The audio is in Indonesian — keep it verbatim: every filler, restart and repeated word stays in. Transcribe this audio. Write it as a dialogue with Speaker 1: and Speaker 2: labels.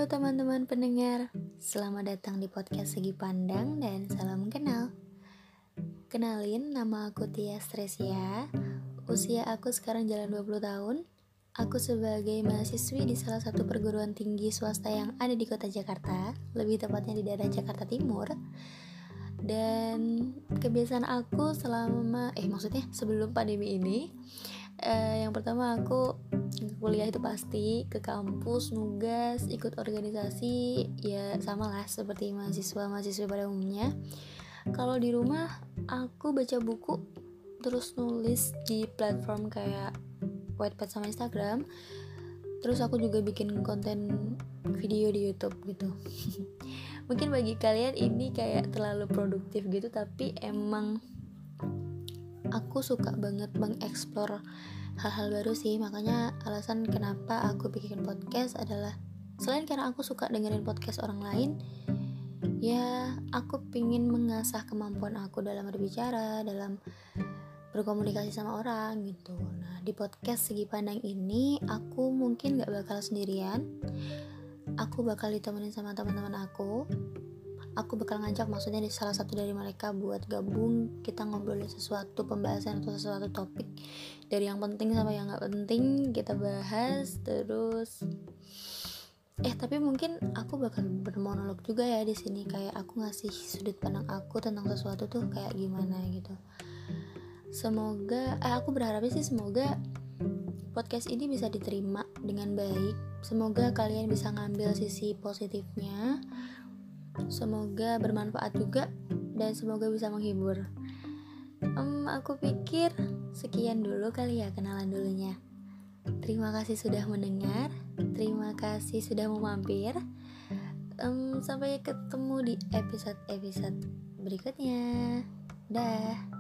Speaker 1: Halo teman-teman pendengar, selamat datang di podcast Segi Pandang dan salam kenal. Kenalin, nama aku Tia Stresia. Usia aku sekarang jalan dua puluh tahun. Aku sebagai mahasiswi di salah satu perguruan tinggi swasta yang ada di kota Jakarta, lebih tepatnya di daerah Jakarta Timur. Dan kebiasaan aku selama, eh maksudnya sebelum pandemi ini, eh, yang pertama aku kuliah itu pasti ke kampus, nugas, ikut organisasi, ya sama lah seperti mahasiswa-mahasiswa pada umumnya. Kalau di rumah aku baca buku, terus nulis di platform kayak Wattpad sama Instagram. Terus aku juga bikin konten video di YouTube gitu. Mungkin bagi kalian ini kayak terlalu produktif gitu, tapi emang aku suka banget mengeksplor hal-hal baru sih. Makanya alasan kenapa aku bikin podcast adalah selain karena aku suka dengerin podcast orang lain, ya aku pingin mengasah kemampuan aku dalam berbicara, dalam berkomunikasi sama orang gitu. Nah, di podcast Segi Pandang ini aku mungkin gak bakal sendirian. Aku bakal ditemenin sama teman-teman aku. Aku bakal ngajak maksudnya di salah satu dari mereka buat gabung, kita ngobrolin sesuatu pembahasan atau sesuatu topik, dari yang penting sama yang gak penting kita bahas. Terus eh tapi mungkin aku bakal bermonolog juga ya di sini, kayak aku ngasih sudut pandang aku tentang sesuatu tuh kayak gimana gitu. Semoga, eh aku berharapnya sih semoga podcast ini bisa diterima dengan baik. Semoga kalian bisa ngambil sisi positifnya. Semoga bermanfaat juga dan semoga bisa menghibur. Um, aku pikir sekian dulu kali ya kenalan dulunya. Terima kasih sudah mendengar. Terima kasih sudah mau mampir. Um, sampai ketemu di episode-episode berikutnya. Dah.